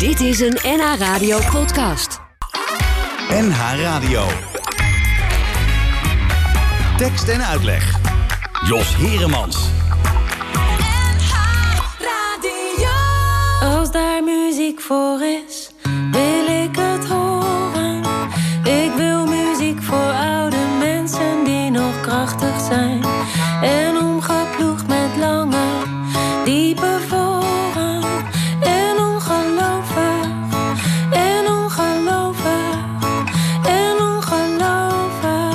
Dit is een NH Radio podcast. NH Radio. Tekst en uitleg. Jos Heremans. NH Radio. Als daar muziek voor is, wil ik het horen. Ik wil muziek voor oude mensen die nog krachtig zijn. En omgeploegd met lange, diepe voren. En ongelovig, en ongelovig, en ongelovig.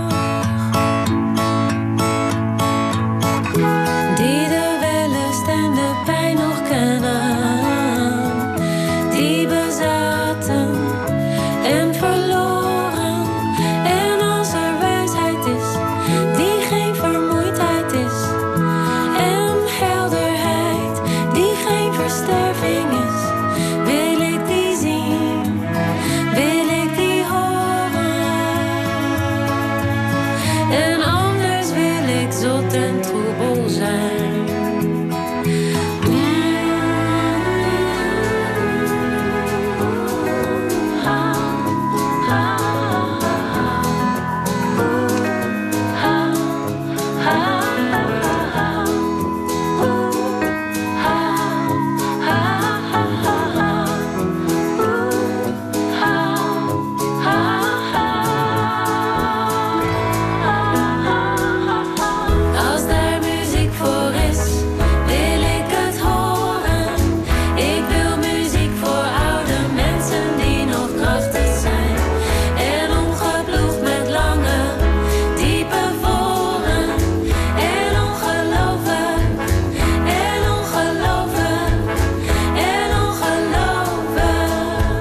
Die de wellust en de pijn nog kennen. Die bezaten en verloren. En als er wijsheid is, die geen vermoeidheid is. En helderheid, die geen versterving is. Wil ik die zien, wil ik die horen. En anders wil ik zot en troebel zijn. Als daar muziek voor is, wil ik het horen. Ik wil muziek voor oude mensen die nog krachtig zijn. En omgeploegd met lange, diepe voren. En ongelovig, en ongelovig, en ongelovig.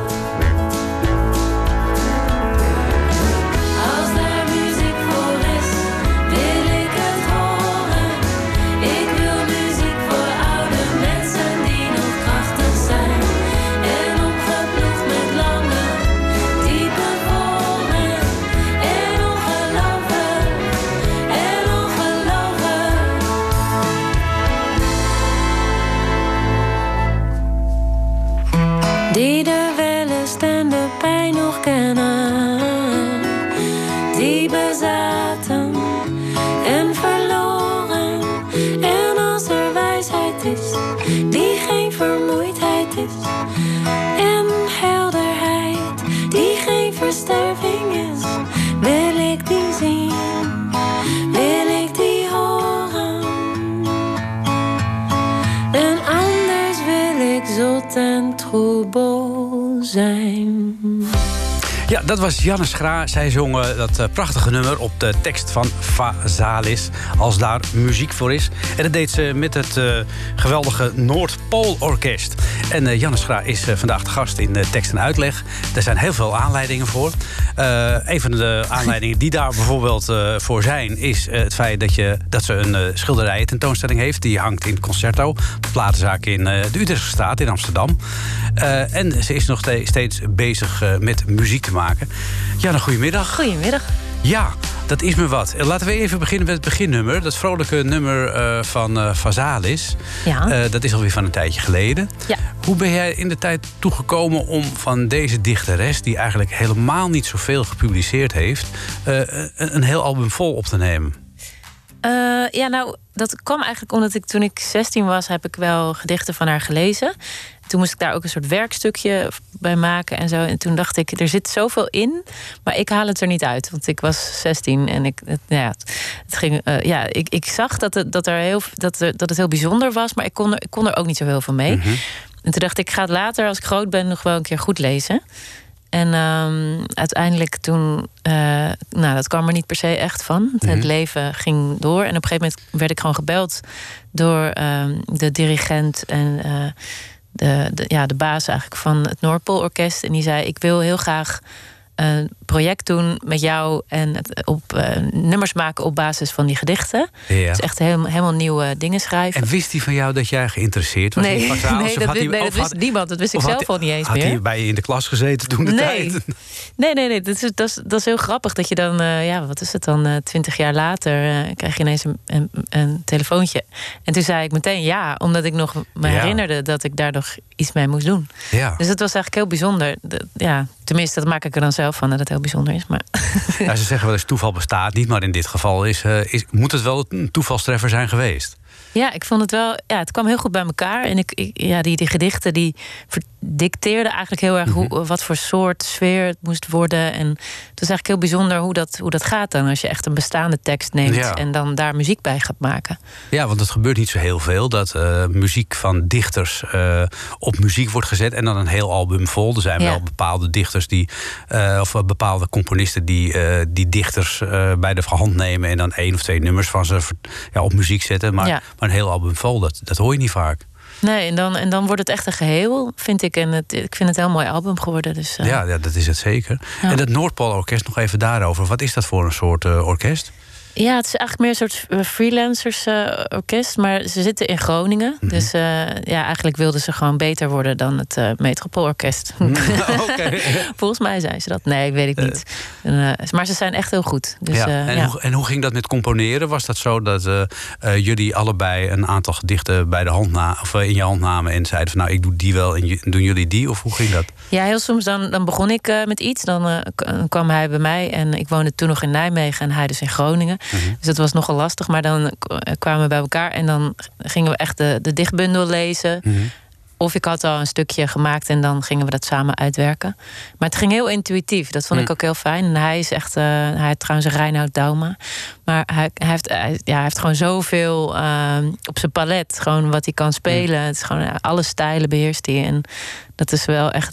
Als daar muziek voor is, wil ik het horen. Ik wil muziek voor oude mensen die nog krachtig zijn. En omgeploegd met lange, diepe voren. En ongelovig, en ongelovig. Die de wellust en de pijn nog kennen. Die bezaten en verloren. En als er wijsheid is, die geen vermoeidheid is. En helderheid, die geen versterving is. Wil ik die zien, wil ik die horen. En anders wil ik zot en troebel zijn. Ja, dat was Janne Schra. Zij zongen dat prachtige nummer op de tekst van Vazalis, Als daar muziek voor is. En dat deed ze met het geweldige Noordpoolorkest. En Janne Schra is vandaag de gast in tekst en uitleg. Er zijn heel veel aanleidingen voor. Een van de aanleidingen die daar bijvoorbeeld voor zijn, is het feit dat ze een schilderij tentoonstelling heeft. Die hangt in het Concerto, de platenzaak in de Utrechtse straat in Amsterdam. En ze is nog steeds bezig met muziek te maken. Jana, goedemiddag. Goedemiddag. Ja, dat is me wat. Laten we even beginnen met het beginnummer. Dat vrolijke nummer van Vazalis. Ja. Dat is alweer van een tijdje geleden. Ja. Hoe ben jij in de tijd toegekomen om van deze dichteres, die eigenlijk helemaal niet zoveel gepubliceerd heeft, een heel album vol op te nemen? Dat kwam eigenlijk omdat toen ik 16 was, heb ik wel gedichten van haar gelezen. Toen moest ik daar ook een soort werkstukje bij maken en zo. En toen dacht ik, er zit zoveel in, maar ik haal het er niet uit. Want ik was 16 en ik zag dat het heel bijzonder was, maar ik kon er ook niet zo heel veel mee. Mm-hmm. En toen dacht ik ga het later, als ik groot ben, nog wel een keer goed lezen. En uiteindelijk toen, dat kwam er niet per se echt van. Mm-hmm. Het leven ging door. En op een gegeven moment werd ik gewoon gebeld door de dirigent en de baas eigenlijk van het Noordpoolorkest. En die zei, ik wil heel graag project doen met jou en nummers maken op basis van die gedichten. Ja. Dus echt helemaal nieuwe dingen schrijven. En wist hij van jou dat jij geïnteresseerd was? Nee, dat wist niemand. Dat wist ik zelf al niet eens meer. Had hij bij je in de klas gezeten toen de tijd? Nee. Dat is heel grappig dat je dan, wat is het dan, 20 jaar later krijg je ineens een telefoontje. En toen zei ik meteen ja, omdat ik nog me herinnerde dat ik daar nog iets mee moest doen. Ja. Dus dat was eigenlijk heel bijzonder. Tenminste, dat maak ik er dan zelf van dat het heel bijzonder is. Maar ja, ze zeggen wel eens toeval bestaat niet, maar in dit geval moet het wel een toevalstreffer zijn geweest. Ja, ik vond het wel. Ja, het kwam heel goed bij elkaar. En die gedichten die dicteerden eigenlijk heel erg wat voor soort sfeer het moest worden. En het was eigenlijk heel bijzonder hoe dat gaat dan als je echt een bestaande tekst neemt en dan daar muziek bij gaat maken. Ja, want het gebeurt niet zo heel veel dat muziek van dichters op muziek wordt gezet en dan een heel album vol. Er zijn wel bepaalde dichters of bepaalde componisten die dichters bij de hand nemen en dan 1 of 2 nummers van ze op muziek zetten. Maar een heel album vol, dat hoor je niet vaak. Nee, en dan wordt het echt een geheel, vind ik. En ik vind het een heel mooi album geworden. Dus, ja, dat is het zeker. Ja. En dat Noordpoolorkest, nog even daarover. Wat is dat voor een soort orkest? Ja, het is eigenlijk meer een soort freelancers-orkest. Maar ze zitten in Groningen. Mm-hmm. Dus eigenlijk wilden ze gewoon beter worden dan het Metropoolorkest. Okay. Volgens mij zijn ze dat. Nee, weet ik niet. Maar ze zijn echt heel goed. Dus, en hoe ging dat met componeren? Was dat zo dat jullie allebei een aantal gedichten bij de hand in je hand namen en zeiden van ik doe die wel en doen jullie die? Of hoe ging dat? Ja, heel soms dan begon ik met iets. Dan kwam hij bij mij en ik woonde toen nog in Nijmegen en hij dus in Groningen. Mm-hmm. Dus dat was nogal lastig. Maar dan kwamen we bij elkaar en dan gingen we echt de dichtbundel lezen. Mm-hmm. Of ik had al een stukje gemaakt en dan gingen we dat samen uitwerken. Maar het ging heel intuïtief. Dat vond ik ook heel fijn. En hij is echt... hij heeft trouwens een Reinoud Dauma. Maar hij heeft gewoon zoveel op zijn palet. Gewoon wat hij kan spelen. Het is gewoon alle stijlen beheerst hij. En dat is wel echt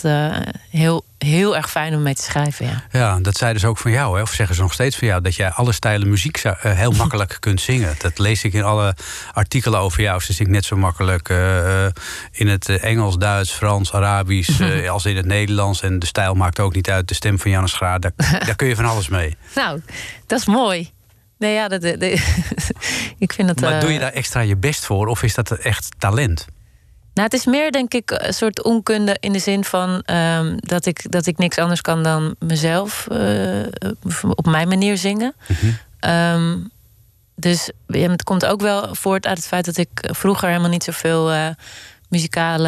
heel erg fijn om mee te schrijven, ja. Ja, dat zeiden ze ook van jou, hè? Of zeggen ze nog steeds van jou, dat jij alle stijlen muziek heel makkelijk kunt zingen. Dat lees ik in alle artikelen over jou. Ze zingt net zo makkelijk in het Engels, Duits, Frans, Arabisch, als in het Nederlands. En de stijl maakt ook niet uit. De stem van Janne Schraar, daar kun je van alles mee. Nou, dat is mooi. Nee, ja, ik vind het... Maar doe je daar extra je best voor, of is dat echt talent? Nou, het is meer, denk ik, een soort onkunde in de zin van dat ik niks anders kan dan mezelf op mijn manier zingen. Mm-hmm. Dus het komt ook wel voort uit het feit dat ik vroeger helemaal niet zoveel muzikale...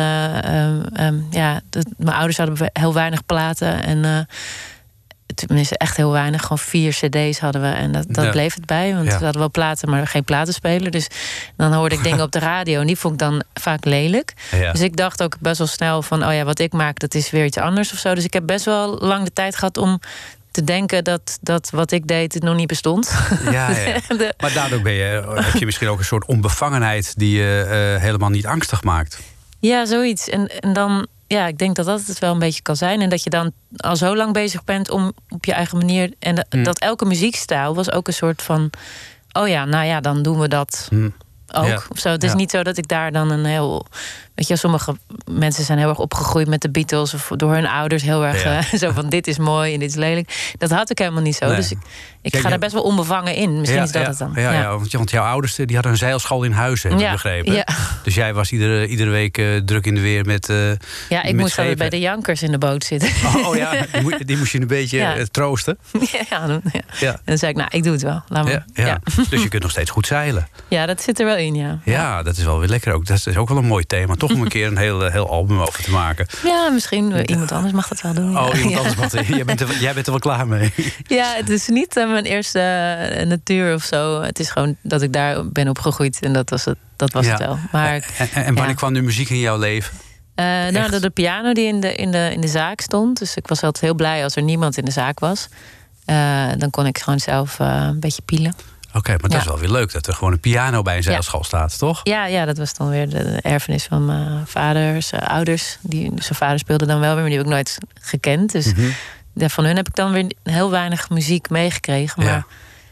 mijn ouders hadden heel weinig platen en... Tenminste, echt heel weinig. Gewoon 4 cd's hadden we. En dat bleef het bij. Want we hadden wel platen, maar geen platenspeler. Dus dan hoorde ik dingen op de radio. En die vond ik dan vaak lelijk. Ja. Dus ik dacht ook best wel snel van... wat ik maak, dat is weer iets anders of zo. Dus ik heb best wel lang de tijd gehad om te denken dat wat ik deed het nog niet bestond. Ja. Maar daardoor heb je misschien ook een soort onbevangenheid... die je helemaal niet angstig maakt. Ja, zoiets. En dan... Ja, ik denk dat het wel een beetje kan zijn. En dat je dan al zo lang bezig bent om op je eigen manier... En dat elke muziekstijl was ook een soort van... dan doen we dat ook. Ja. Of zo. Het is niet zo dat ik daar dan een heel... Weet je, sommige mensen zijn heel erg opgegroeid met de Beatles... of door hun ouders heel erg zo van dit is mooi en dit is lelijk. Dat had ik helemaal niet zo. Nee. Dus ik ga daar best wel onbevangen in. Misschien is dat het dan. Want jouw ouders die hadden een zeilschool in Huizen, heb ik begrepen. Ja. Dus jij was iedere week druk in de weer met ik moest altijd bij de jankers in de boot zitten. Die moest je een beetje troosten. En dan zei ik, ik doe het wel. Laat me. Ja. Dus je kunt nog steeds goed zeilen. Ja, dat zit er wel in, ja. Ja, dat is wel weer lekker ook. Dat is ook wel een mooi thema. Toch om een keer een heel album over te maken. Ja, misschien iemand anders mag dat wel doen. Oh, iemand anders mag het. Jij bent er wel klaar mee. Ja, het is niet mijn eerste natuur of zo. Het is gewoon dat ik daar ben opgegroeid. En dat was het wel. Maar, en wanneer kwam de muziek in jouw leven? De piano die in de zaak stond. Dus ik was altijd heel blij als er niemand in de zaak was. Dan kon ik gewoon zelf een beetje pielen. Oké, maar dat is wel weer leuk dat er gewoon een piano bij een zeilschool staat, toch? Ja, dat was dan weer de erfenis van mijn vaders ouders. Zijn vader speelde dan wel weer, maar die heb ik nooit gekend. Dus van hun heb ik dan weer heel weinig muziek meegekregen. Maar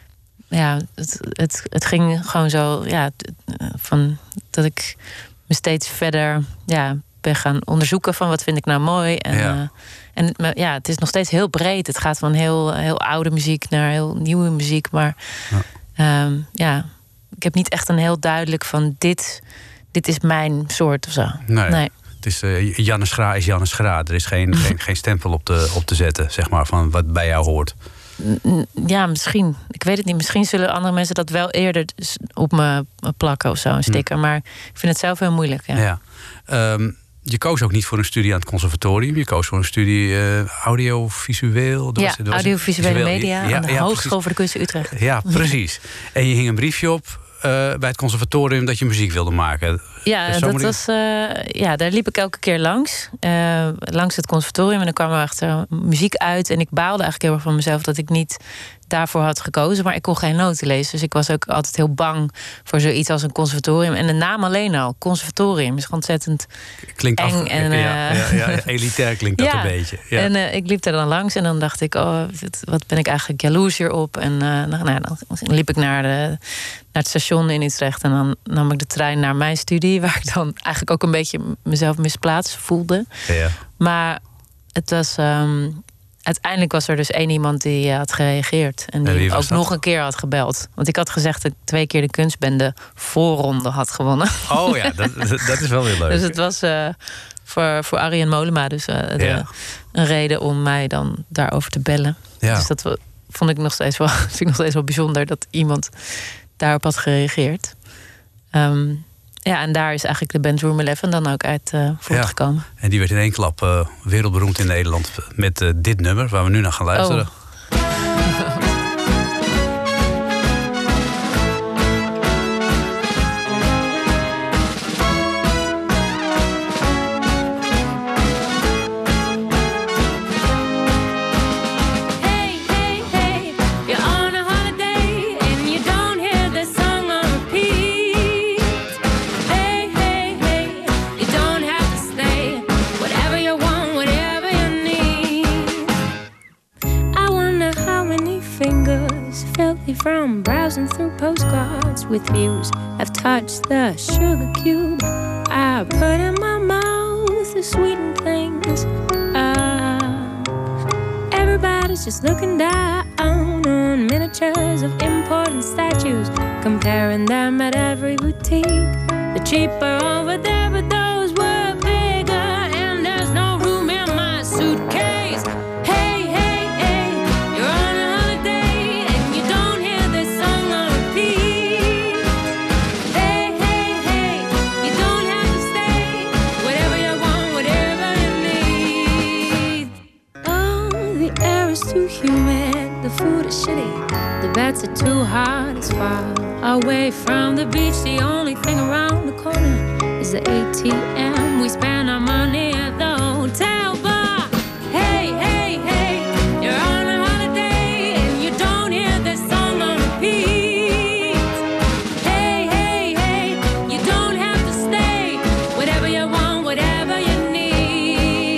het ging gewoon zo, van dat ik me steeds verder ben gaan onderzoeken van wat vind ik nou mooi. En het is nog steeds heel breed. Het gaat van heel oude muziek naar heel nieuwe muziek. Maar ik heb niet echt een heel duidelijk van dit is mijn soort of zo. Nee. Het is Janne Schra is Janne Schra. Er is geen stempel op te zetten, zeg maar, van wat bij jou hoort. Ja, misschien. Ik weet het niet. Misschien zullen andere mensen dat wel eerder op me plakken of zo, een sticker. Maar ik vind het zelf heel moeilijk. Ja. Je koos ook niet voor een studie aan het conservatorium. Je koos voor een studie audiovisueel. Audiovisuele media aan de Hogeschool voor de Kunsten Utrecht. Ja, precies. En je hing een briefje op bij het conservatorium dat je muziek wilde maken. Ja, daar liep ik elke keer langs. Langs het conservatorium. En dan kwam er achter muziek uit. En ik baalde eigenlijk heel erg van mezelf dat ik niet daarvoor had gekozen. Maar ik kon geen noten lezen. Dus ik was ook altijd heel bang voor zoiets als een conservatorium. En de naam alleen al, conservatorium, is ontzettend klinkt eng. Elitair klinkt dat een beetje. Ja. En ik liep er dan langs en dan dacht ik, wat ben ik eigenlijk jaloers hierop. En dan liep ik naar het station in Utrecht. En dan nam ik de trein naar mijn studie, waar ik dan eigenlijk ook een beetje mezelf misplaatst voelde. Ja. Maar het was uiteindelijk was er dus één iemand die had gereageerd. En die ook nog een keer had gebeld. Want ik had gezegd dat ik 2 keer de kunstbende voorronde had gewonnen. Oh ja, dat is wel weer leuk. Dus het was voor Arjen Mollema dus een reden om mij dan daarover te bellen. Ja. Dus dat vond ik nog steeds wel bijzonder dat iemand daarop had gereageerd. En daar is eigenlijk de band Room 11 dan ook uit voortgekomen. En die werd in één klap wereldberoemd in Nederland met dit nummer, waar we nu naar gaan luisteren. Oh. From browsing through postcards with views, I've touched the sugar cube. I put in my mouth the sweetened things. Everybody's just looking down on miniatures of important statues, comparing them at every boutique. The cheaper over there, but those were bigger, and there's no room in my suitcase. The food is shitty, the beds are too hot, it's far away from the beach. The only thing around the corner is the ATM. We spend our money at the hotel bar. Hey, hey, hey, you're on a holiday and you don't hear this song on repeat. Hey, hey, hey, you don't have to stay. Whatever you want, whatever you need.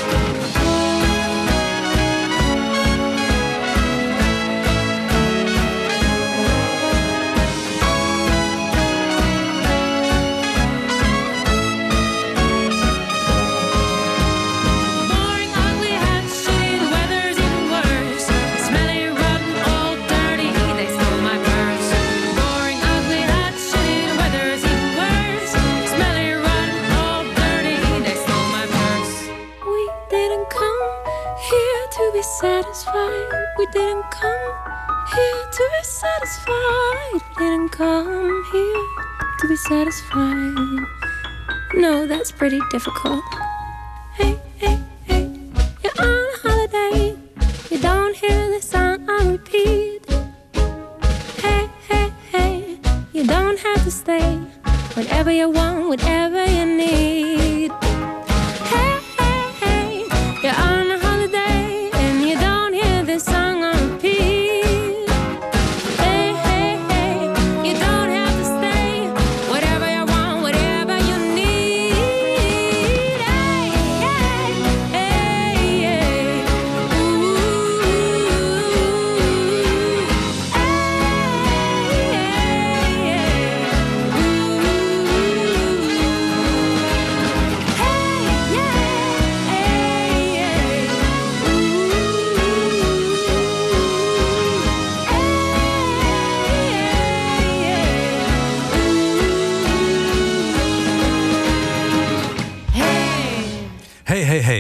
Satisfied, we didn't come here to be satisfied. We didn't come here to be satisfied. No, that's pretty difficult. Hey, hey, hey, you're on a holiday. You don't hear the song on repeat. Hey, hey, hey, you don't have to stay. Whatever you want, whatever you need. Hey, hey, hey, you're on a holiday and you don't hear this song on repeat. Hey, hey, hey, you don't have to stay. Whatever you want, whatever you need. Hey, hey,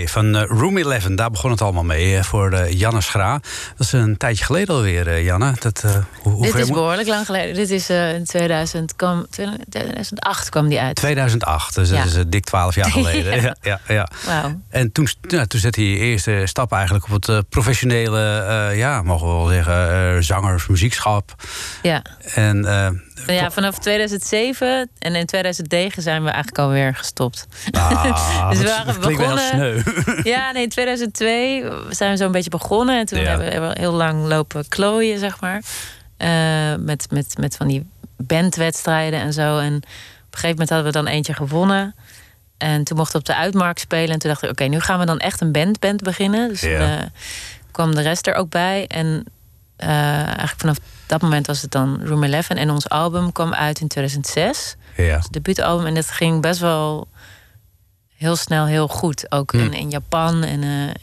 Oké, van Room 11, daar begon het allemaal mee voor Janne Schra. Dat is een tijdje geleden alweer, Janne. Dit is behoorlijk lang geleden. Dit is in 2008 kwam die uit. 2008, dus dat is dik 12 jaar geleden. ja. Wauw. En toen zette je je eerste stap eigenlijk op het professionele, mogen we wel zeggen, zangers, muziekschap. Ja. En vanaf 2007 en in 2009 zijn we eigenlijk alweer gestopt. Dus we waren begonnen. Ja, nee, in 2002 zijn we zo'n beetje begonnen. En toen hebben we heel lang lopen klooien, zeg maar. Met van die bandwedstrijden en zo. En op een gegeven moment hadden we dan eentje gewonnen. En toen mochten we op de Uitmarkt spelen. En toen dachten we, oké, nu gaan we dan echt een band beginnen. Dus kwam de rest er ook bij. En eigenlijk vanaf dat moment was het dan Room 11. En ons album kwam uit in 2006. Ja. Het debuutalbum. En dat ging best wel heel snel heel goed. Ook in Japan. En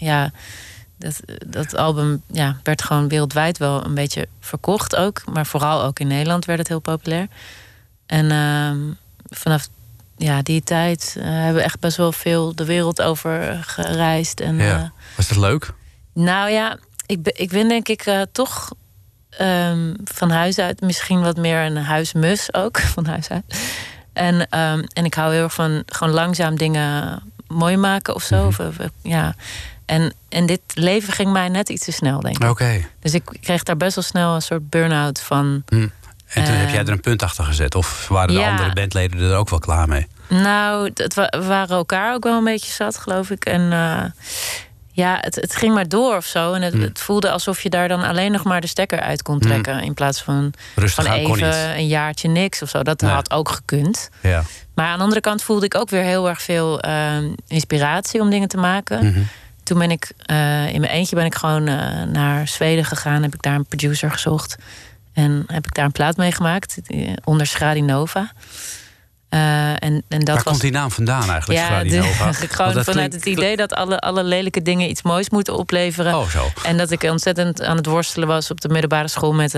dat album werd gewoon wereldwijd wel een beetje verkocht ook. Maar vooral ook in Nederland werd het heel populair. En vanaf die tijd hebben we echt best wel veel de wereld over gereisd. En, was dat leuk? Nou ja, ik ben denk ik toch van huis uit misschien wat meer een huismus ook. Van huis uit. En ik hou heel erg van gewoon langzaam dingen mooi maken of zo. En dit leven ging mij net iets te snel, denk ik. Okay. Dus ik kreeg daar best wel snel een soort burn-out van. En toen heb jij er een punt achter gezet? Of waren de andere bandleden er ook wel klaar mee? Nou, we waren elkaar ook wel een beetje zat, geloof ik. En het ging maar door of zo. En het voelde alsof je daar dan alleen nog maar de stekker uit kon trekken. In plaats van even een jaartje niks of zo. Dat had ook gekund. Ja. Maar aan de andere kant voelde ik ook weer heel erg veel inspiratie om dingen te maken. Toen ben ik in mijn eentje gewoon naar Zweden gegaan. Heb ik daar een producer gezocht. En heb ik daar een plaat mee gemaakt. Onder Schradinova. Waar komt die naam vandaan eigenlijk, Schradinova? Gewoon vanuit het idee dat alle lelijke dingen iets moois moeten opleveren. Oh, zo. En dat ik ontzettend aan het worstelen was op de middelbare school met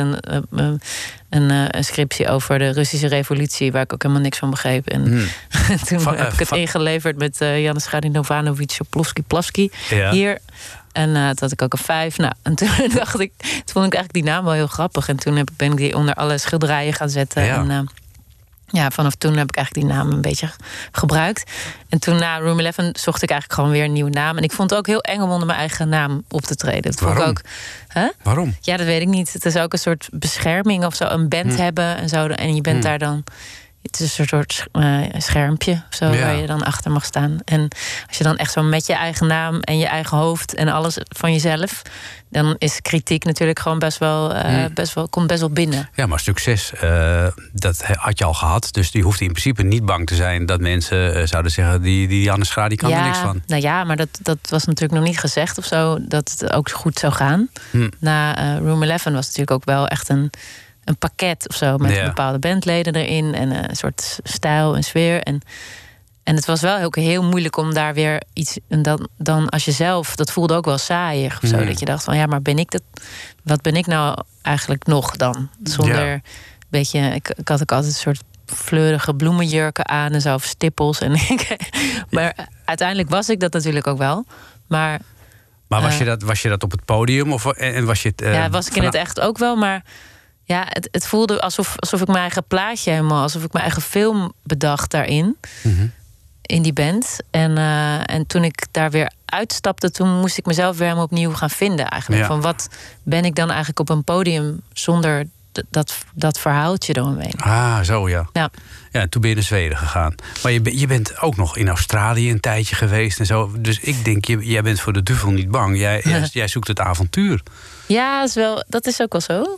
een scriptie over de Russische revolutie, waar ik ook helemaal niks van begreep. En toen heb ik het ingeleverd met Janis Schradinovanovich Plovsky hier. En toen had ik ook een 5. Nou, en toen vond ik eigenlijk die naam wel heel grappig. En toen ben ik die onder alle schilderijen gaan zetten. Ja. En vanaf toen heb ik eigenlijk die naam een beetje gebruikt. En toen na Room 11 zocht ik eigenlijk gewoon weer een nieuwe naam. En ik vond het ook heel eng om onder mijn eigen naam op te treden. Dat vond ik ook. Waarom? Ja, dat weet ik niet. Het is ook een soort bescherming of zo. Een band hebben en zo. En je bent daar dan. Het is een soort schermpje of zo, waar je dan achter mag staan. En als je dan echt zo met je eigen naam en je eigen hoofd en alles van jezelf, dan is kritiek natuurlijk gewoon komt best wel binnen. Ja, maar succes, dat had je al gehad. Dus die hoeft in principe niet bang te zijn dat mensen zouden zeggen, die Janne Schra, die kan er niks van. Nou ja, maar dat was natuurlijk nog niet gezegd of zo, dat het ook goed zou gaan. Na Room 11 was natuurlijk ook wel echt een pakket of zo, met bepaalde bandleden erin en een soort stijl en sfeer. En het was wel ook heel moeilijk om daar weer iets. En dan als je zelf, dat voelde ook wel saaiig of zo. Dat je dacht van maar ben ik dat? Wat ben ik nou eigenlijk nog dan? Zonder beetje. Ik had ook altijd een soort fleurige bloemenjurken aan en zo, of stippels. Maar uiteindelijk was ik dat natuurlijk ook wel. Maar was je dat op het podium? En was je het, was ik in het echt ook wel, maar. Ja, het voelde alsof ik mijn eigen plaatje helemaal, alsof ik mijn eigen film bedacht daarin. In die band. En toen ik daar weer uitstapte, toen moest ik mezelf weer helemaal opnieuw gaan vinden eigenlijk. Ja. Van wat ben ik dan eigenlijk op een podium zonder dat verhaaltje eromheen. Ah, zo ja. Ja, en toen ben je naar Zweden gegaan. Maar je bent ook nog in Australië een tijdje geweest en zo. Dus ik denk, jij bent voor de duivel niet bang. Jij zoekt het avontuur. Ja, dat is ook wel zo.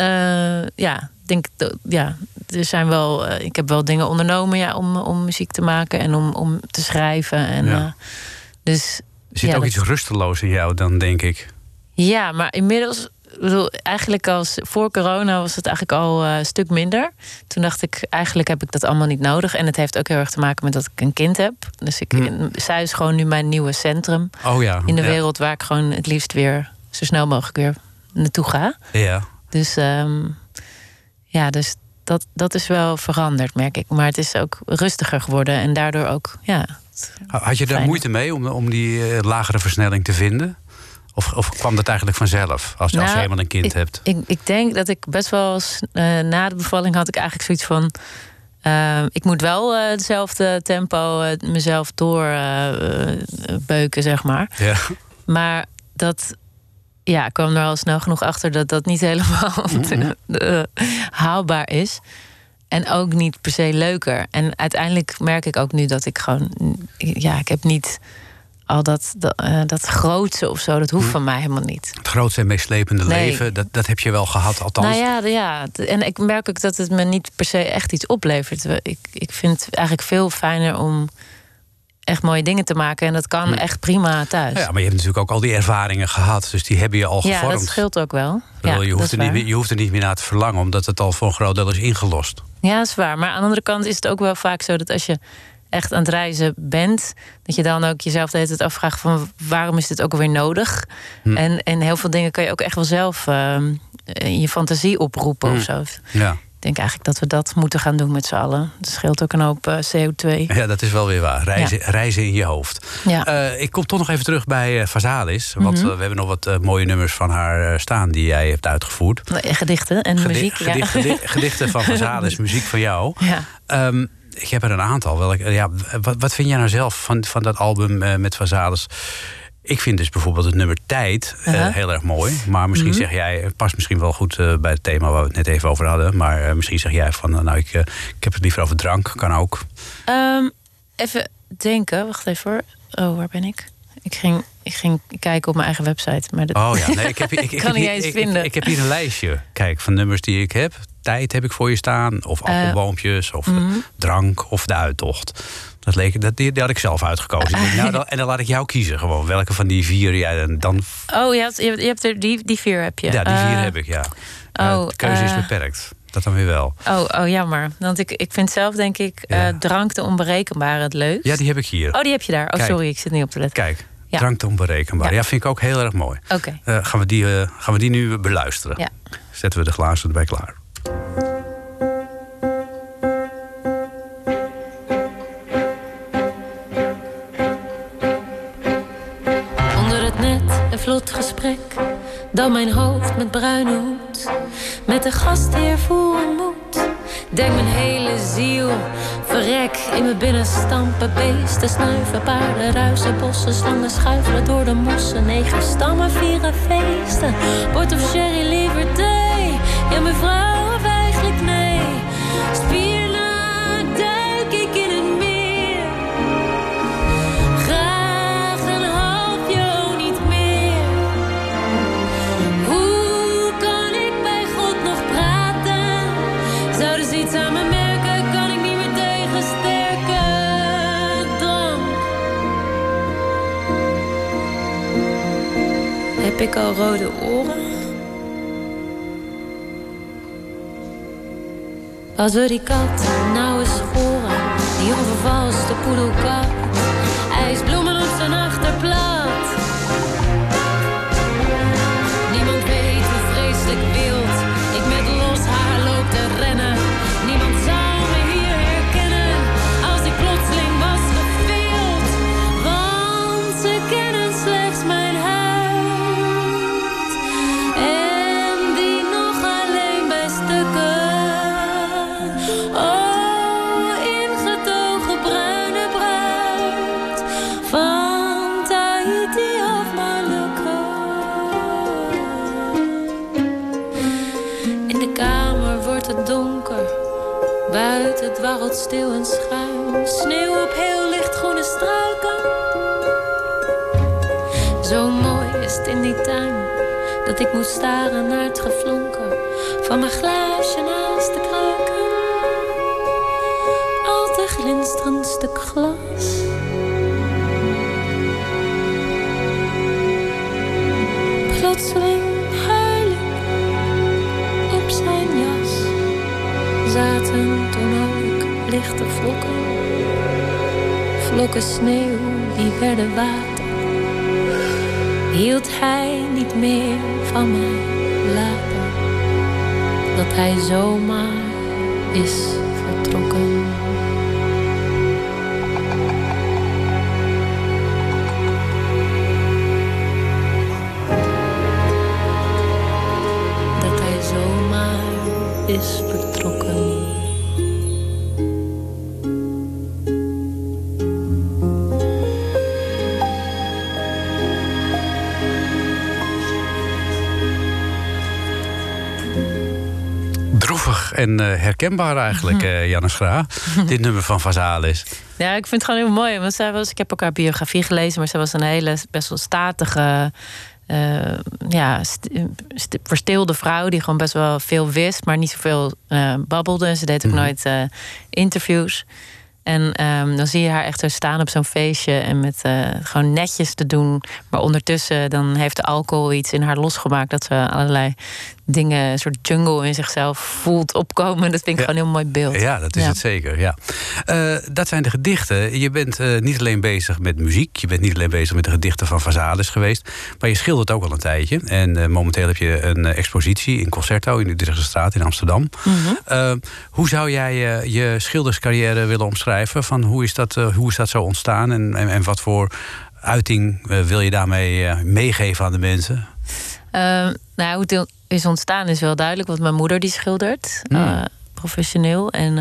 Er zijn wel. Ik heb wel dingen ondernomen om muziek te maken en om te schrijven. En, dus, er zit ook iets rusteloos in jou dan, denk ik. Ja, maar inmiddels. Eigenlijk voor corona was het eigenlijk al een stuk minder. Toen dacht ik, eigenlijk heb ik dat allemaal niet nodig. En het heeft ook heel erg te maken met dat ik een kind heb. Dus zij is gewoon nu mijn nieuwe centrum in de wereld, waar ik gewoon het liefst weer zo snel mogelijk weer naartoe ga. Ja. Dus dat is wel veranderd, merk ik. Maar het is ook rustiger geworden. En daardoor ook Had je daar fijn. moeite mee om die lagere versnelling te vinden? Of kwam dat eigenlijk vanzelf, als je helemaal een kind hebt? Ik denk dat ik best wel na de bevalling had ik eigenlijk zoiets van... ik moet wel hetzelfde tempo mezelf doorbeuken, zeg maar. Ja. Maar dat... Ja, ik kwam er al snel genoeg achter dat dat niet helemaal haalbaar is. En ook niet per se leuker. En uiteindelijk merk ik ook nu dat ik gewoon... Ja, ik heb niet al dat grootse of zo. Dat hoeft van mij helemaal niet. Het grootste en meeslepende leven, dat heb je wel gehad, althans. Nou ja, en ik merk ook dat het me niet per se echt iets oplevert. Ik vind het eigenlijk veel fijner om echt mooie dingen te maken. En dat kan echt prima thuis. Ja, maar je hebt natuurlijk ook al die ervaringen gehad. Dus die hebben je al gevormd. Ja, dat scheelt ook wel. Je hoeft er niet meer naar te verlangen, omdat het al voor een groot deel is ingelost. Ja, dat is waar. Maar aan de andere kant is het ook wel vaak zo dat als je echt aan het reizen bent, dat je dan ook jezelf de hele tijd afvraagt van waarom is dit ook alweer nodig? En heel veel dingen kan je ook echt wel zelf in je fantasie oproepen of zo. Ja. Ik denk eigenlijk dat we dat moeten gaan doen met z'n allen. Dat scheelt ook een hoop CO2. Ja, dat is wel weer waar. Reizen in je hoofd. Ja. Ik kom toch nog even terug bij Vazalis. Want we hebben nog wat mooie nummers van haar staan die jij hebt uitgevoerd. Gedichten en muziek. Gedichten van Vazalis, muziek van jou. Ja. Ik heb er een aantal. Wat vind jij nou zelf van dat album met Vazalis? Ik vind dus bijvoorbeeld het nummer Tijd heel erg mooi. Maar misschien zeg jij, het past misschien wel goed bij het thema waar we het net even over hadden. Maar misschien zeg jij van, ik heb het liever over drank, kan ook. Even denken, wacht even hoor. Oh, waar ben ik? Ik ging kijken op mijn eigen website. Maar ik kan niet eens vinden. Ik heb hier een lijstje, kijk, van nummers die ik heb. Tijd heb ik voor je staan. Of appelboompjes, of drank, of de uittocht. Die had ik zelf uitgekozen. En dan laat ik jou kiezen gewoon. Welke van die 4 jij dan... Oh, je hebt er die 4 heb je? Ja, die 4 heb ik, ja. De keuze is beperkt. Dat dan weer wel. Oh, jammer. Want ik vind zelf, denk ik, Drank de Onberekenbare het leukst. Ja, die heb ik hier. Oh, die heb je daar. Oh, Kijk. Sorry, ik zit niet op te letten. Kijk, Drank de Onberekenbare. Ja, vind ik ook heel erg mooi. Oké. Gaan we die nu beluisteren. Ja. Zetten we de glazen erbij klaar. Vlot gesprek, dan mijn hoofd met bruine hoed, met de gastheer vol moed. Denk mijn hele ziel, verrek in mijn binnenstampen. Beesten snuiven, paarden ruisen, bossen, slangen schuifelen door de mossen. 9 stammen vieren feesten, port of sherry, liever thee. Ja, mevrouw, of eigenlijk nee. Spiernaakt duik ik in het meer. Aan me merken, kan ik niet meer tegen sterke drank. Heb ik al rode oren? Als we die kat nou eens horen, die onvervalste poedelkat, ijsbloemen op zijn achterplaat. Niemand weet hoe vreselijk wild ik met los haar loop te rennen. Niemand zou me hier herkennen als ik plotseling was gevild. Want ze kennen slechts mijn huid en die nog alleen bij stukken. Oh, ingetogen bruine bruid van Tahiti of Molucca. In de kamer wordt het donker. Buiten dwarrelt stil en schuim. Sneeuw op heel lichtgroene struiken. Zo mooi is het in die tuin, dat ik moet staren naar het geflonker van mijn glaasje naast de kruiken. Al te glinsterend stuk glas. Plotseling huil ik op zijn jas. Zaten toen ook lichte vlokken. Vlokken sneeuw die werden water. Hield hij niet meer van mij later, dat hij zomaar is vertrokken. is vertrokken. Droevig en herkenbaar eigenlijk, Janne Schra. Dit nummer van Vazalis. Ja, ik vind het gewoon heel mooi. Want ik heb ook haar biografie gelezen, maar zij was een hele best wel statige, verstilde vrouw die gewoon best wel veel wist, maar niet zoveel babbelde. En ze deed ook nooit interviews. En dan zie je haar echt zo staan op zo'n feestje en met gewoon netjes te doen. Maar ondertussen dan heeft de alcohol iets in haar losgemaakt dat ze allerlei dingen, een soort jungle in zichzelf voelt opkomen. Dat vind ik gewoon een heel mooi beeld. Ja, dat is het zeker. Ja. Dat zijn de gedichten. Je bent niet alleen bezig met muziek. Je bent niet alleen bezig met de gedichten van Vazalis geweest. Maar je schildert ook al een tijdje. En momenteel heb je een expositie in Concerto in de Utrechtse Straat in Amsterdam. Hoe zou jij je schilderscarrière willen omschrijven? Van hoe is dat zo ontstaan? En wat voor uiting wil je daarmee meegeven aan de mensen? Hoe het is ontstaan is wel duidelijk. Want mijn moeder die schildert. Professioneel. En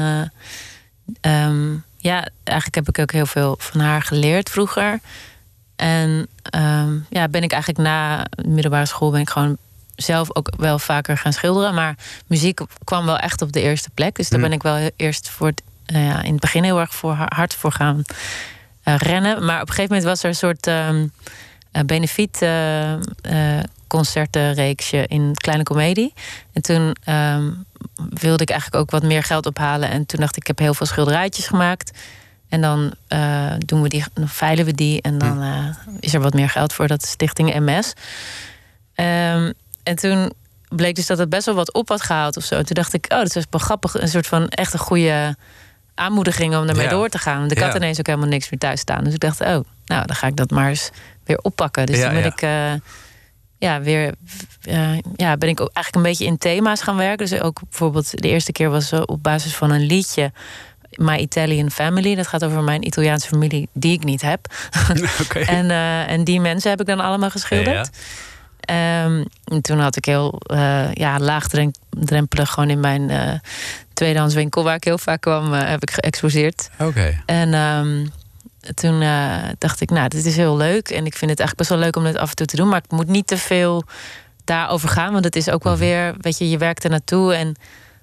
eigenlijk heb ik ook heel veel van haar geleerd vroeger. En ben ik eigenlijk na middelbare school ben ik gewoon zelf ook wel vaker gaan schilderen. Maar muziek kwam wel echt op de eerste plek. Dus daar ben ik wel eerst in het begin heel erg hard voor gaan rennen. Maar op een gegeven moment was er een soort benefiet concertenreeksje in Kleine Comedie. En toen wilde ik eigenlijk ook wat meer geld ophalen. En toen dacht ik heb heel veel schilderijtjes gemaakt. En dan doen we die, dan veilen we die. En dan is er wat meer geld voor dat Stichting MS. En toen bleek dus dat het best wel wat op had gehaald of zo. En toen dacht ik, dat is wel grappig. Een soort van echt een goede aanmoediging om ermee door te gaan. Want ik had ineens ook helemaal niks meer thuis staan. Dus ik dacht, dan ga ik dat maar eens weer oppakken. Dus toen ben ik ben ik ook eigenlijk een beetje in thema's gaan werken. Dus ook bijvoorbeeld de eerste keer was op basis van een liedje My Italian Family. Dat gaat over mijn Italiaanse familie die ik niet heb. Okay. En die mensen heb ik dan allemaal geschilderd. En toen had ik heel laagdrempelig gewoon in mijn tweedehands winkel waar ik heel vaak kwam, heb ik geëxposeerd. Okay. En toen dacht ik, dit is heel leuk. En ik vind het eigenlijk best wel leuk om dit af en toe te doen. Maar ik moet niet te veel daarover gaan. Want het is ook wel weer, weet je werkt er naartoe. En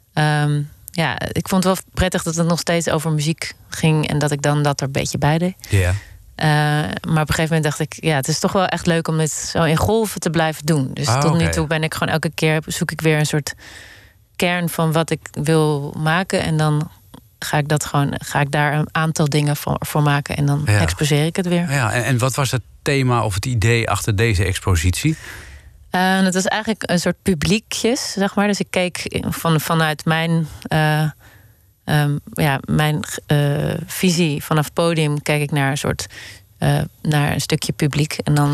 ik vond het wel prettig dat het nog steeds over muziek ging. En dat ik dan dat er een beetje bij deed. Yeah. Maar op een gegeven moment dacht ik, het is toch wel echt leuk om dit zo in golven te blijven doen. Dus tot nu toe ben ik gewoon elke keer zoek ik weer een soort kern van wat ik wil maken. En dan ga ik daar een aantal dingen voor maken. En dan exposeer ik het weer. Ja, en wat was het thema of het idee achter deze expositie? Het was eigenlijk een soort publiekjes, zeg maar. Dus ik keek vanuit mijn mijn visie vanaf het podium keek ik naar een soort naar een stukje publiek. En dan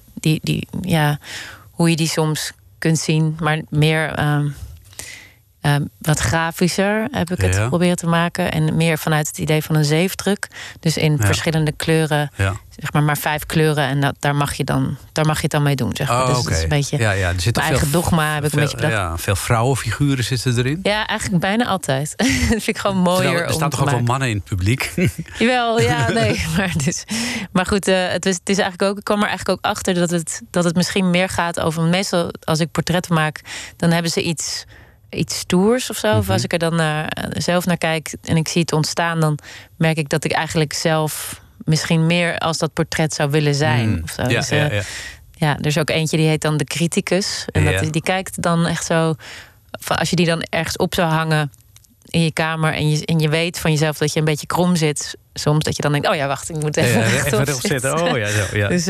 hoe je die soms kunt zien, maar meer wat grafischer heb ik het proberen te maken. En meer vanuit het idee van een zeefdruk. Dus in verschillende kleuren. Ja. Zeg maar 5 kleuren. En daar mag je het dan mee doen. Zeg maar. Dus het is een beetje er zit mijn eigen dogma heb ik een beetje bedacht. Ja, veel vrouwenfiguren zitten erin. Ja, eigenlijk bijna altijd. Dat vind ik gewoon mooier. Er staan toch ook wel mannen in het publiek? Jawel, nee. Maar goed, het is eigenlijk ook. Ik kwam er eigenlijk ook achter dat het misschien meer gaat over. Meestal als ik portretten maak, dan hebben ze iets stoers of zo. Mm-hmm. Of als ik er dan zelf naar kijk en ik zie het ontstaan, dan merk ik dat ik eigenlijk zelf misschien meer als dat portret zou willen zijn. Of zo. Er is ook eentje die heet dan de criticus. En die kijkt dan echt zo. Als je die dan ergens op zou hangen in je kamer en je weet van jezelf dat je een beetje krom zit, soms dat je dan denkt, wacht, ik moet even rechtop zitten. Dus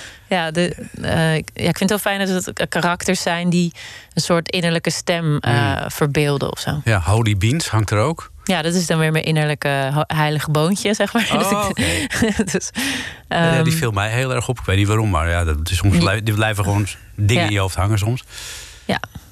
ik vind het wel fijn dat het karakters zijn die een soort innerlijke stem verbeelden of zo. Ja, Holy Beans hangt er ook. Ja, dat is dan weer mijn innerlijke heilige boontje, zeg maar. Dus, die viel mij heel erg op. Ik weet niet waarom, maar soms die blijven gewoon dingen in je hoofd hangen soms. Ja.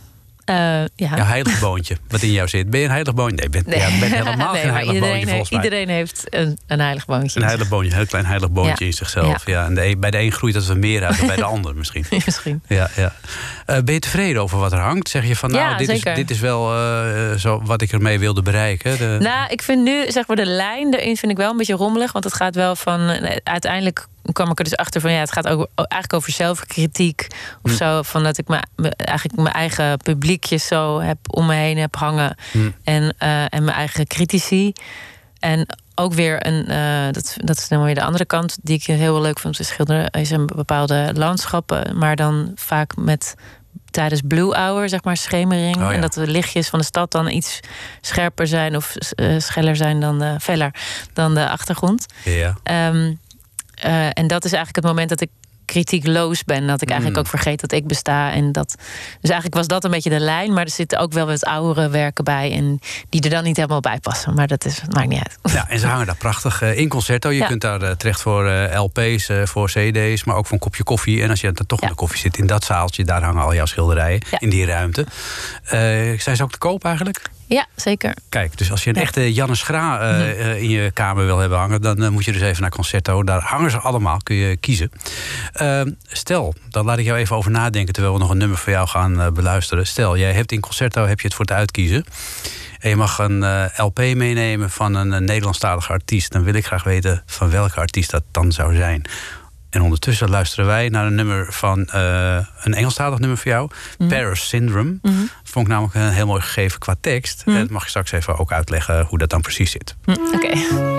Jouw heilig boontje, wat in jou zit. Ben je een heilig boontje? Nee, bent helemaal geen heilig boontje volgens mij. Iedereen heeft een heilig boontje. Een heilig boontje, een heel klein heilig boontje in zichzelf. Ja. En bij de een groeit dat wat meer uit dan bij de ander misschien. Misschien. Ja. Ben je tevreden over wat er hangt? Zeg je van, dit is wel zo wat ik ermee wilde bereiken? Nou, ik vind nu, zeg maar, de lijn erin vind ik wel een beetje rommelig. Want het gaat wel van, uiteindelijk kwam ik er dus achter van, het gaat ook eigenlijk over zelfkritiek of zo. Van dat ik eigenlijk mijn eigen publiekjes zo om me heen heb hangen. En mijn eigen critici. En ook weer dat is dan weer de andere kant die ik heel leuk vond te schilderen, is een bepaalde landschappen, maar dan vaak tijdens blue hour, zeg maar, schemering. En dat de lichtjes van de stad dan iets scherper zijn of scheller zijn dan feller dan de achtergrond. Ja. En dat is eigenlijk het moment dat ik kritiekloos ben. Dat ik eigenlijk ook vergeet dat ik besta. Dus eigenlijk was dat een beetje de lijn. Maar er zitten ook wel wat oudere werken bij. En die er dan niet helemaal bij passen. Maar maakt niet uit. Ja, en ze hangen daar prachtig in concerto. Je kunt daar terecht voor LP's, voor CD's. Maar ook voor een kopje koffie. En als je dan toch in de koffie zit in dat zaaltje. Daar hangen al jouw schilderijen in die ruimte. Zijn ze ook te koop eigenlijk? Ja, zeker. Kijk, dus als je een echte Janne Schra in je kamer wil hebben hangen, dan moet je dus even naar Concerto. Daar hangen ze allemaal, kun je kiezen. Stel, dan laat ik jou even over nadenken terwijl we nog een nummer voor jou gaan beluisteren. Stel, jij hebt in Concerto het voor het uitkiezen. En je mag een LP meenemen van een Nederlandstalige artiest. Dan wil ik graag weten van welke artiest dat dan zou zijn. En ondertussen luisteren wij naar een nummer van een Engelstalig nummer voor jou. Paris Syndrome. Dat vond ik namelijk een heel mooi gegeven qua tekst. Dat mag je straks even ook uitleggen hoe dat dan precies zit. Oké.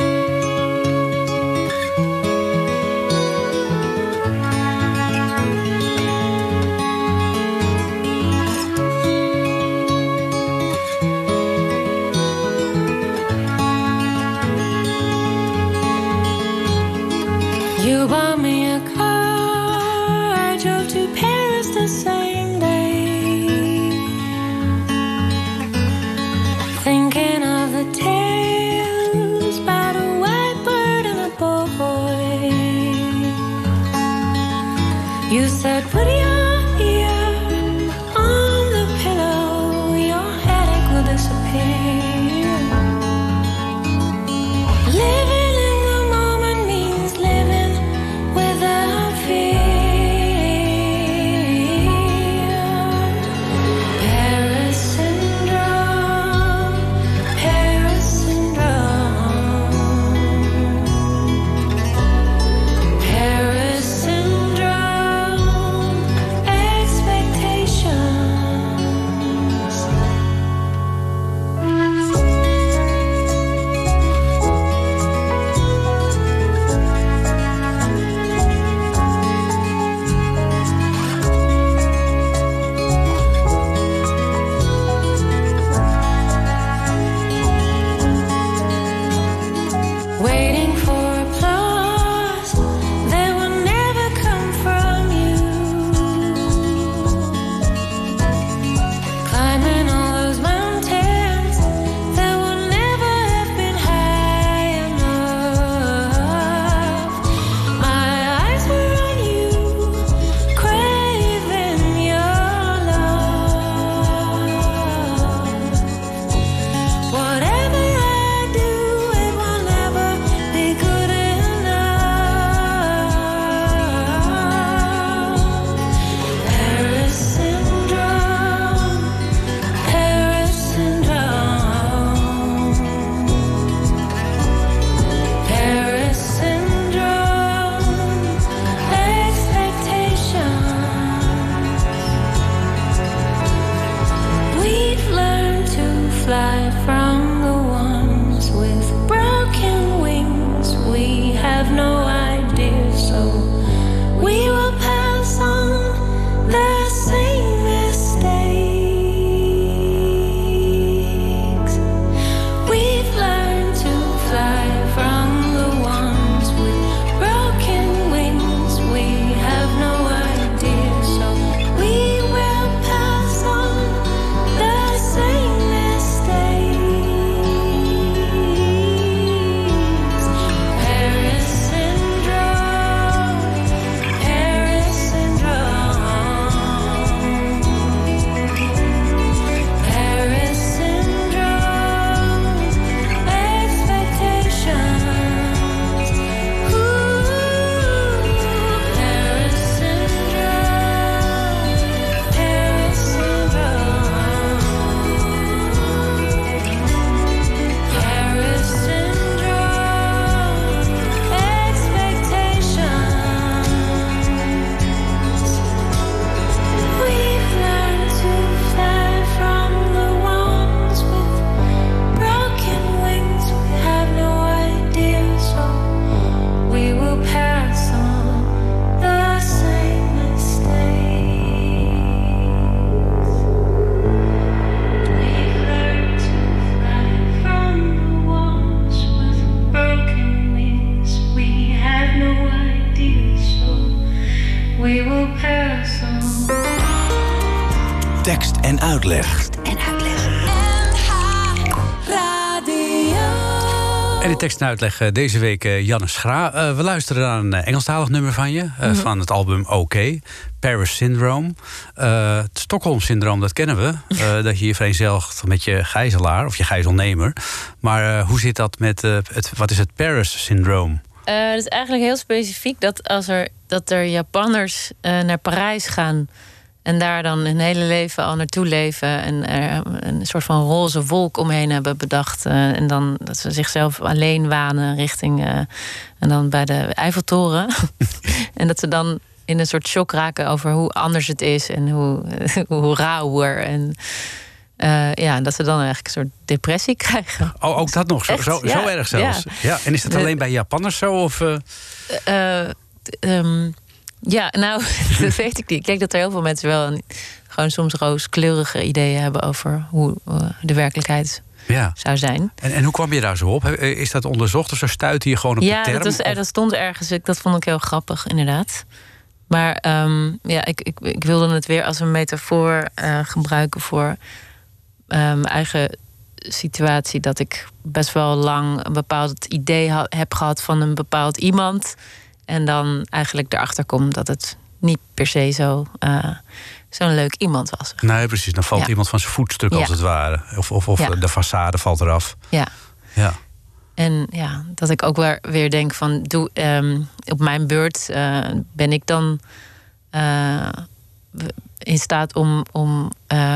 You bought me a car, I drove to Paris the same day, thinking of the tales about a white bird and a boy. You said, put your ear on the pillow, your headache will disappear. Living we will pass on. Tekst en uitleg. En de tekst en uitleg deze week Janne Schra. We luisteren naar een Engelstalig nummer van je. Van het album OK. Paris Syndrome. Het Stockholm-syndroom, dat kennen we. Dat je je vereenzelvigt met je gijzelaar of je gijzelnemer. Maar hoe zit dat met wat is het Paris Syndroom? Het is eigenlijk heel specifiek dat er Japanners naar Parijs gaan en daar dan hun hele leven al naartoe leven en een soort van roze wolk omheen hebben bedacht. En dan dat ze zichzelf alleen wanen richting en dan bij de Eiffeltoren. En dat ze dan in een soort shock raken over hoe anders het is en hoe rauwer. En dat ze dan eigenlijk een soort depressie krijgen. Oh, ook dat nog? Zo erg zelfs? Ja. En is dat alleen bij Japanners zo? Of? Dat weet ik niet. Ik denk dat er heel veel mensen wel gewoon soms rooskleurige ideeën hebben over hoe de werkelijkheid zou zijn. En hoe kwam je daar zo op? Is dat onderzocht of zo stuitte je gewoon op de term? Dat stond ergens. Dat vond ik heel grappig, inderdaad. Maar ik wilde het weer als een metafoor gebruiken voor mijn eigen situatie. Dat ik best wel lang een bepaald idee heb gehad van een bepaald iemand. En dan eigenlijk erachter kom dat het niet per se zo'n leuk iemand was. Nee, precies. Dan valt iemand van zijn voetstuk als het ware. Of de façade valt eraf. Ja. En dat ik ook weer denk van op mijn beurt ben ik dan in staat om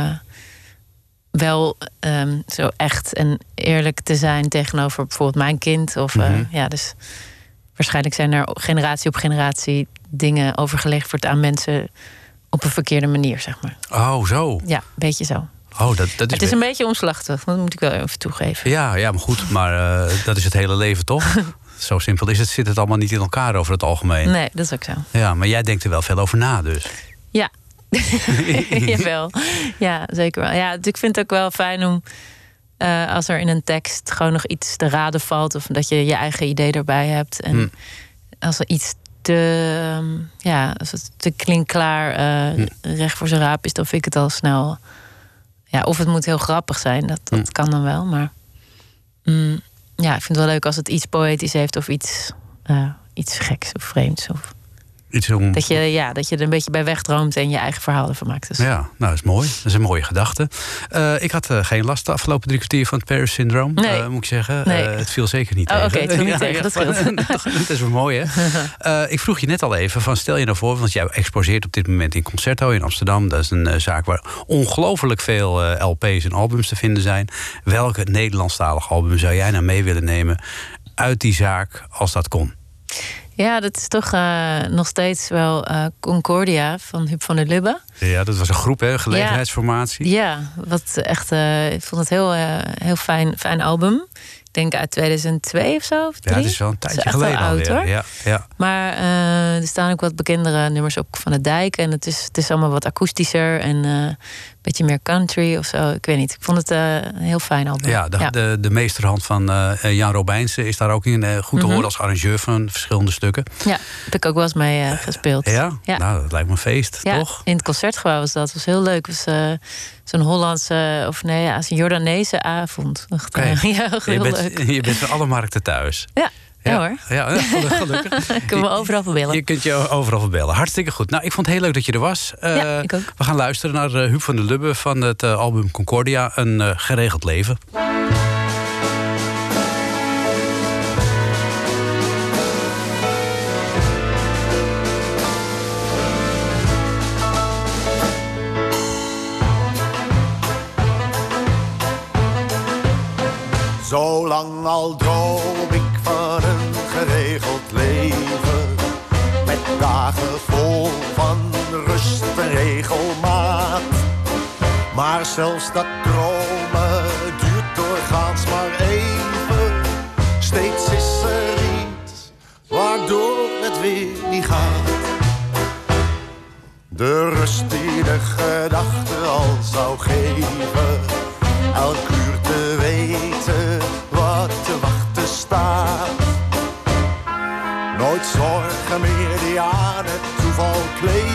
wel zo echt en eerlijk te zijn tegenover bijvoorbeeld mijn kind. Of dus waarschijnlijk zijn er generatie op generatie dingen overgeleverd aan mensen op een verkeerde manier, zeg maar. Oh, zo? Ja, een beetje zo. Oh, het is een beetje omslachtig, dat moet ik wel even toegeven. Ja, maar goed, maar dat is het hele leven, toch? Zo simpel is het. Zit het allemaal niet in elkaar over het algemeen? Nee, dat is ook zo. Ja, maar jij denkt er wel veel over na, dus. Ja. Jawel. Ja, zeker wel. Ja, ik vind het ook wel fijn om als er in een tekst gewoon nog iets te raden valt, of dat je je eigen idee erbij hebt. En als er iets als het te klinkklaar recht voor zijn raap is, dan vind ik het al snel. Ja, of het moet heel grappig zijn, dat kan dan wel. Maar ik vind het wel leuk als het iets poëtisch heeft of iets geks of vreemds. Of dat je er een beetje bij wegdroomt en je eigen verhaal ervan maakt. Dus. Ja, nou, dat is mooi. Dat is een mooie gedachte. Ik had geen last de afgelopen 3 kwartier van het Paris Syndroom, moet ik zeggen. Nee. Het viel zeker niet tegen. Oké, het viel niet tegen, dat scheelt. Dat is wel mooi, hè? Ik vroeg je net al even, van stel je nou voor, want jij exposeert op dit moment in Concerto in Amsterdam. Dat is een zaak waar ongelooflijk veel LP's en albums te vinden zijn. Welke Nederlandstalig album zou jij nou mee willen nemen uit die zaak, als dat kon? Ja, dat is toch nog steeds wel Concordia van Huub van der Lubbe. Ja, dat was een groep, hè? Gelegenheidsformatie. Ja, wat echt, ik vond het heel fijn album. Ik denk uit 2002 of zo, of 3. Ja, het is wel een tijdje geleden oud, hoor. Ja. Maar er staan ook wat bekendere nummers op van de Dijk. En het is allemaal wat akoestischer en een beetje meer country of zo. Ik weet niet. Ik vond het een heel fijn album. Ja, de meesterhand van Jan Robijnse is daar ook in goed te horen als arrangeur van verschillende stukken. Ja, heb ik ook wel eens mee gespeeld. Ja? Nou, dat lijkt me een feest, toch? In het concertgebouw was dat. Was heel leuk. Het was zo'n Hollandse, een Jordaanese avond. Je bent van alle markten thuis. Ja hoor. Ja, gelukkig. Ik kan me overal verbellen. Je kunt je overal verbellen. Hartstikke goed. Nou, ik vond het heel leuk dat je er was. Ik ook. We gaan luisteren naar Huub van der Lubbe van het album Concordia. Een geregeld leven. Zolang al droom ik van een geregeld leven, met dagen vol van rust en regelmaat. Maar zelfs dat dromen duurt doorgaans maar even. Steeds is er iets waardoor het weer niet gaat. De rust die de gedachte al zou geven, elk uur te weten wat te wachten staat. Nooit zorgen meer die aan het toeval kleven.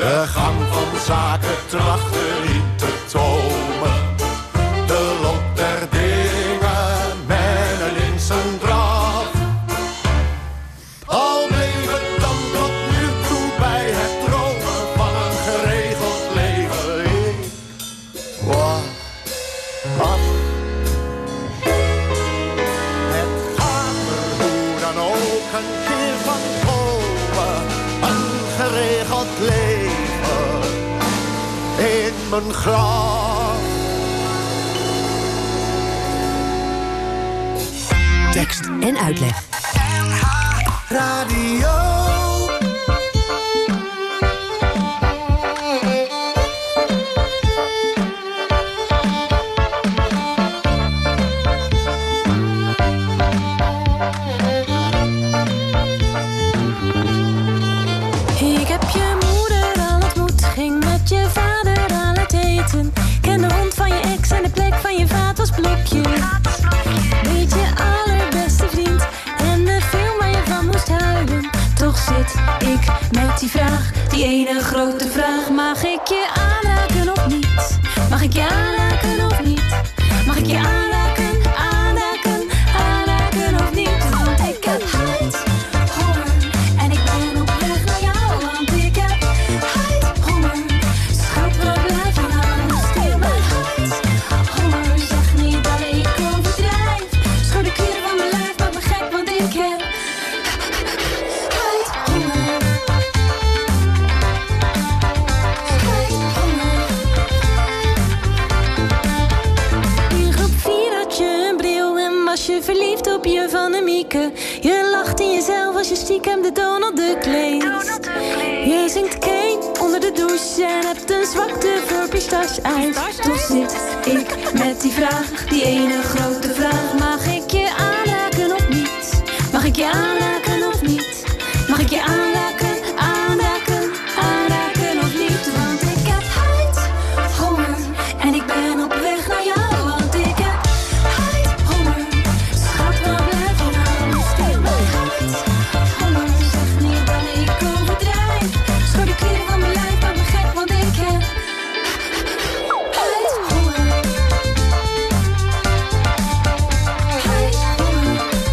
De gang van zaken trachten in te tomen. De loop der dingen met een linkse draf. Al bleef het dan tot nu toe bij het dromen van een geregeld leven. Ik wacht af. Het gaat er hoe dan ook een keer van komen. Een geregeld leven in mijn graf. Tekst en uitleg. Radio. Ik heb je moeder al ontmoet, ging met je vader aan het eten. Ken de hond van je ex en de plek van je vaatwasblokje. Weet je allerbeste vriend en de film waar je van moest huilen. Toch zit ik met die vraag, die ene grote vraag. Mag ik je aanraken of niet? Mag ik je aanraken of niet? Mag ik je aanraken, aanraken, aanraken of niet? Want ik heb huid, honger en ik ben op weg naar jou. Want ik heb huid, honger, schat, waar blijf je nou? Stil mijn huid, honger, zeg niet dat ik overdrijf. Schud de kleren van mijn lijf, maak me gek, want ik heb huid, honger. In groep 4 had je een bril en was je verliefd op je van de Mieke. Je lacht in jezelf als je stiekem de Donald Duck leest. Je zingt Kane onder de douche en hebt een zwakte voor pistache-ijs. Toch zit ik met die vraag, die ene grote vraag. Mag ik je aanraken of niet? Mag ik je aanraken of niet? Mag ik je aanraken, aanraken, aanraken of niet? Want ik heb huid, honger en ik ben op weg naar jou. Want ik heb huid, honger, schat, waar blijf je nou? Stil mijn huid, honger, zeg niet dat ik overdrijf. Schud de kleren van mijn lijf, maak me gek, want ik heb huid, honger. Huid, honger.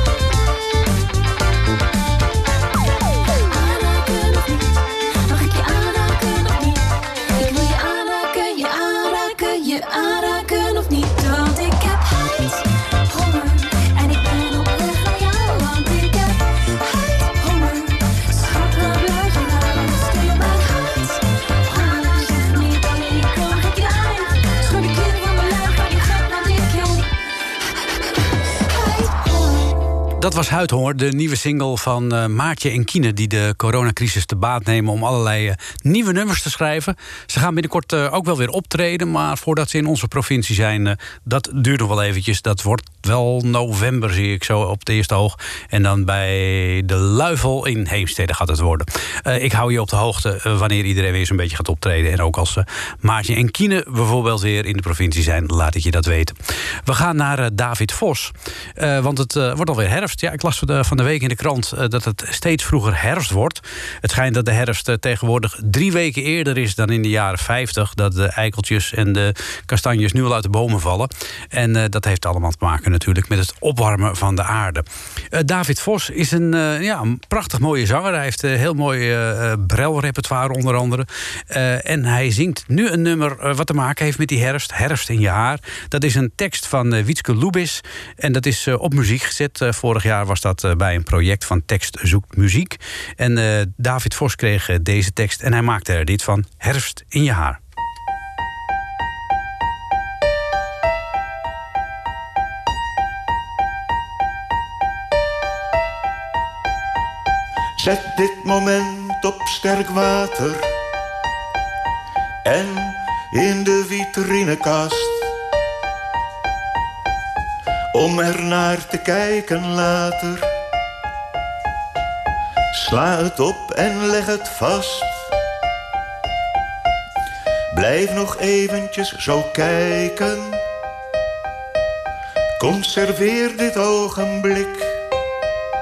Aanraken of niet? Mag ik je aanraken of niet? Ik wil je aanraken, je aanraken, je aanraken of niet? Want ik heb huid, honger en ik ben op weg naar jou. Want ik heb huid, honger, schat, waar blijf je nou? Stil mijn huid, honger, zeg niet dat ik overdrijf. Schud de kleren van mijn lijf, maak je gek, want ik heb huid, honger. Dat was Huidhonger, de nieuwe single van Maartje en Kiene, die de coronacrisis te baat nemen om allerlei nieuwe nummers te schrijven. Ze gaan binnenkort ook wel weer optreden, maar voordat ze in onze provincie zijn, dat duurt nog wel eventjes. Dat wordt wel november, zie ik zo op het eerste oog. En dan bij de Luifel in Heemstede gaat het worden. Ik hou je op de hoogte wanneer iedereen weer zo'n beetje gaat optreden. En ook als Maartje en Kiene bijvoorbeeld weer in de provincie zijn, laat ik je dat weten. We gaan naar David Vos, want het wordt alweer herfst. Ja, ik las van de week in de krant dat het steeds vroeger herfst wordt. Het schijnt dat de herfst tegenwoordig 3 weken eerder is dan in de jaren 50. Dat de eikeltjes en de kastanjes nu al uit de bomen vallen. En dat heeft allemaal te maken natuurlijk met het opwarmen van de aarde. David Vos is een prachtig mooie zanger. Hij heeft een heel mooi Brel-repertoire onder andere. En hij zingt nu een nummer wat te maken heeft met die herfst. Herfst in je haar. Dat is een tekst van Wietske Lubis. En dat is op muziek gezet. Vorig jaar was dat bij een project van Tekst Zoekt Muziek. En David Vos kreeg deze tekst en hij maakte er dit van: Herfst in je haar. Zet dit moment op sterk water en in de vitrinekast. Om er naar te kijken later. Sla het op en leg het vast. Blijf nog eventjes zo kijken. Conserveer dit ogenblik.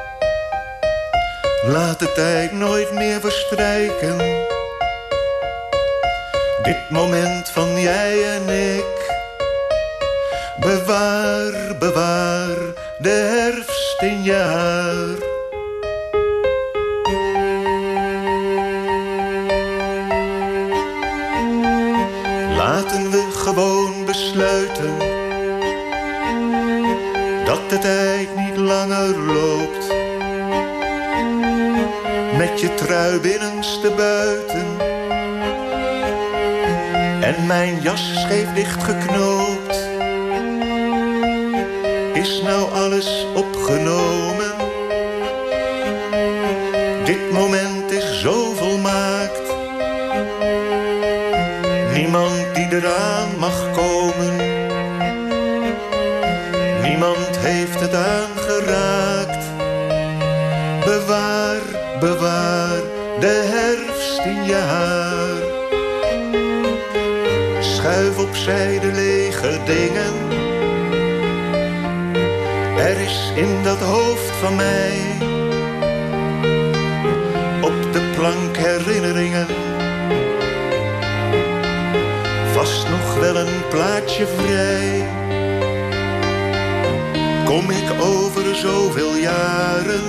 Laat de tijd nooit meer verstrijken. Dit moment van jij en ik. Bewaar, bewaar de herfst in je haar. Laten we gewoon besluiten dat de tijd niet langer loopt. Met je trui binnenste buiten en mijn jas scheef dicht geknoopt. Is nou alles opgenomen? Dit moment is zo volmaakt. Niemand die eraan mag komen. Niemand heeft het aangeraakt. Bewaar, bewaar de herfst in je haar. Schuif opzij de lege dingen. Er is in dat hoofd van mij op de plank herinneringen. Vast nog wel een plaatje vrij. Kom ik over zoveel jaren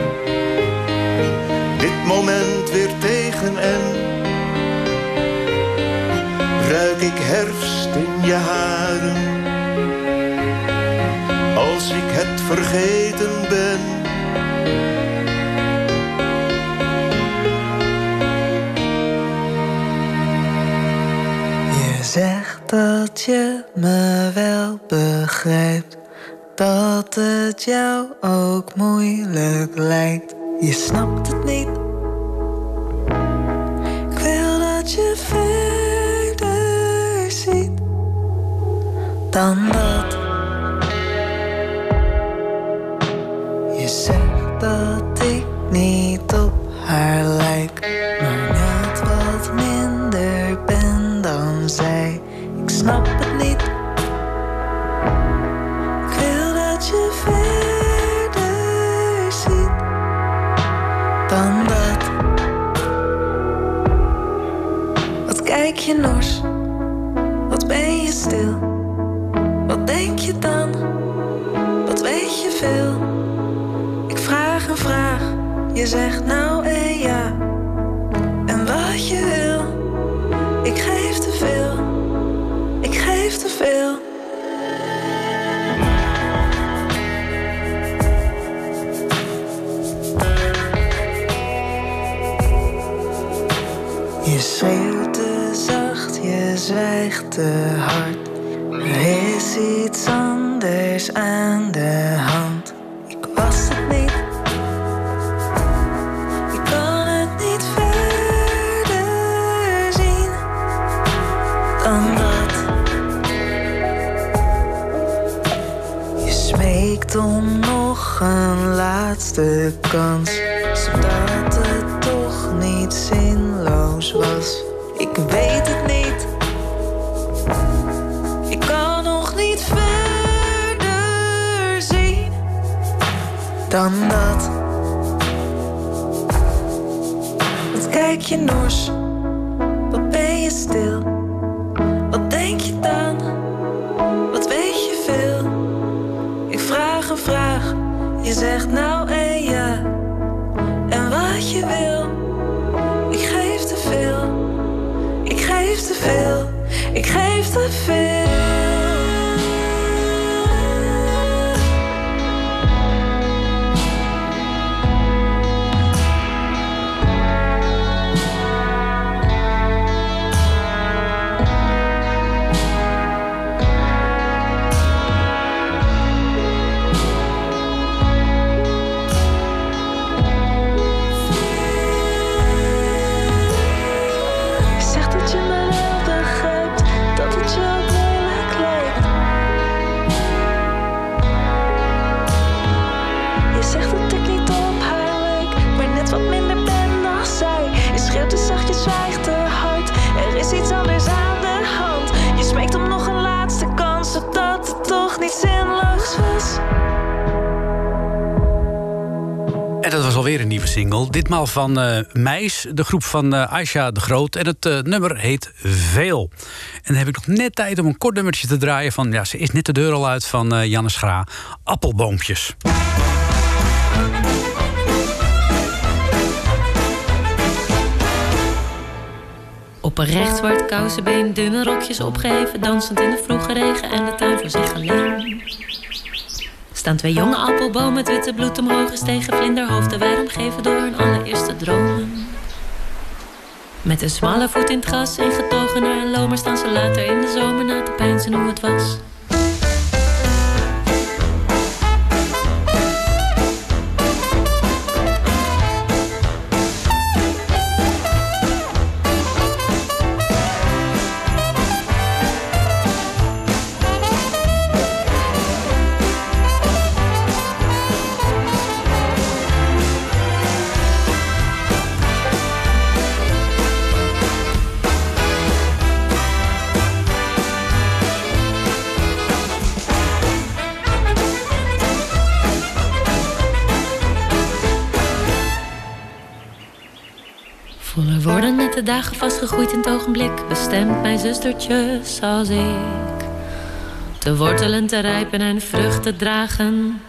dit moment weer tegen en ruik ik herfst in je haren. Als ik het vergeten ben. Je zegt dat je me wel begrijpt, dat het jou ook moeilijk lijkt. Je snapt het niet. Ik wil dat je verder ziet dan dat. Je zegt dat ik niet op haar lijk, maar net wat minder ben dan zij. Ik snap het niet. Ik wil dat je verder ziet dan dat. Wat kijk je nors? Wat ben je stil? Wat denk je dan? Wat weet je veel? Ik vraag een vraag, je zegt nou en ja. En wat je wil, ik geef te veel. Ik geef te veel. Je schreeuwt te zacht, je zwijgt te hard. Er is iets anders aan de hand. Ik was het niet. Ik kan het niet verder zien dan dat. Je smeekt om nog een laatste kans, zodat het toch niet zinloos was. Ik weet het niet. Ik kan nog niet verder zien dan dat. Wat kijk je nors? Wat ben je stil? Wat denk je dan? Wat weet je veel? Ik vraag een vraag, je zegt nou en ja. En wat je wil, ik geef te veel. Ik geef te veel. Ik geef te veel. Je zegt dat je me wel begrijpt, dat het jou moeilijk alweer een nieuwe single. Ditmaal van Meis, de groep van Aisha de Groot. En het nummer heet Veel. En dan heb ik nog net tijd om een kort nummertje te draaien van... ja, ze is net de deur al uit van Janne Schra. Appelboompjes. Op een recht zwart kousenbeen, dunne rokjes opgeheven, dansend in de vroege regen en de tuin voor zich alleen. Staan 2 jonge appelbomen met witte bloed omhoog gestegen, vlinderhoofden wij omgeven door hun allereerste dromen. Met een smalle voet in het gras, ingetogen naar een lomer, staan ze later in de zomer na te peinzen hoe het was. Voller worden met de dagen vastgegroeid in het ogenblik, bestemt mijn zustertjes als ik. Te wortelen, te rijpen en vrucht te dragen.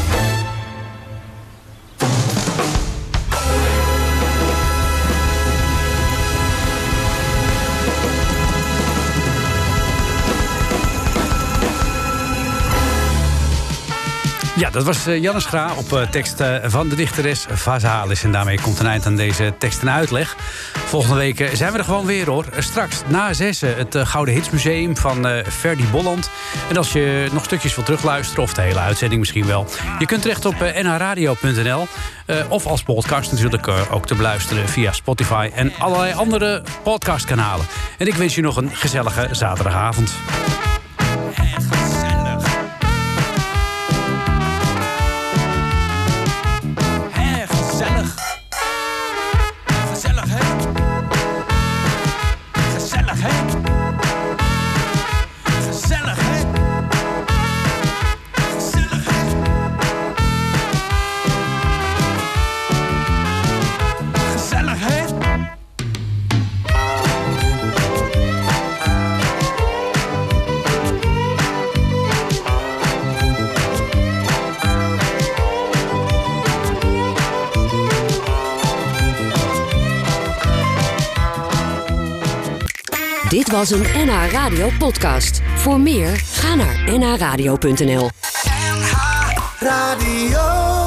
Ja, dat was Janne Schra op tekst van de dichteres Vazalis. En daarmee komt een eind aan deze tekst en uitleg. Volgende week zijn we er gewoon weer, hoor. Straks na 6 het Gouden Hitsmuseum van Ferdy Bolland. En als je nog stukjes wilt terugluisteren, of de hele uitzending misschien wel... je kunt terecht op nhradio.nl. Of als podcast natuurlijk ook te beluisteren via Spotify... en allerlei andere podcastkanalen. En ik wens je nog een gezellige zaterdagavond. Dit was een NH Radio podcast. Voor meer, ga naar nhradio.nl. NH Radio.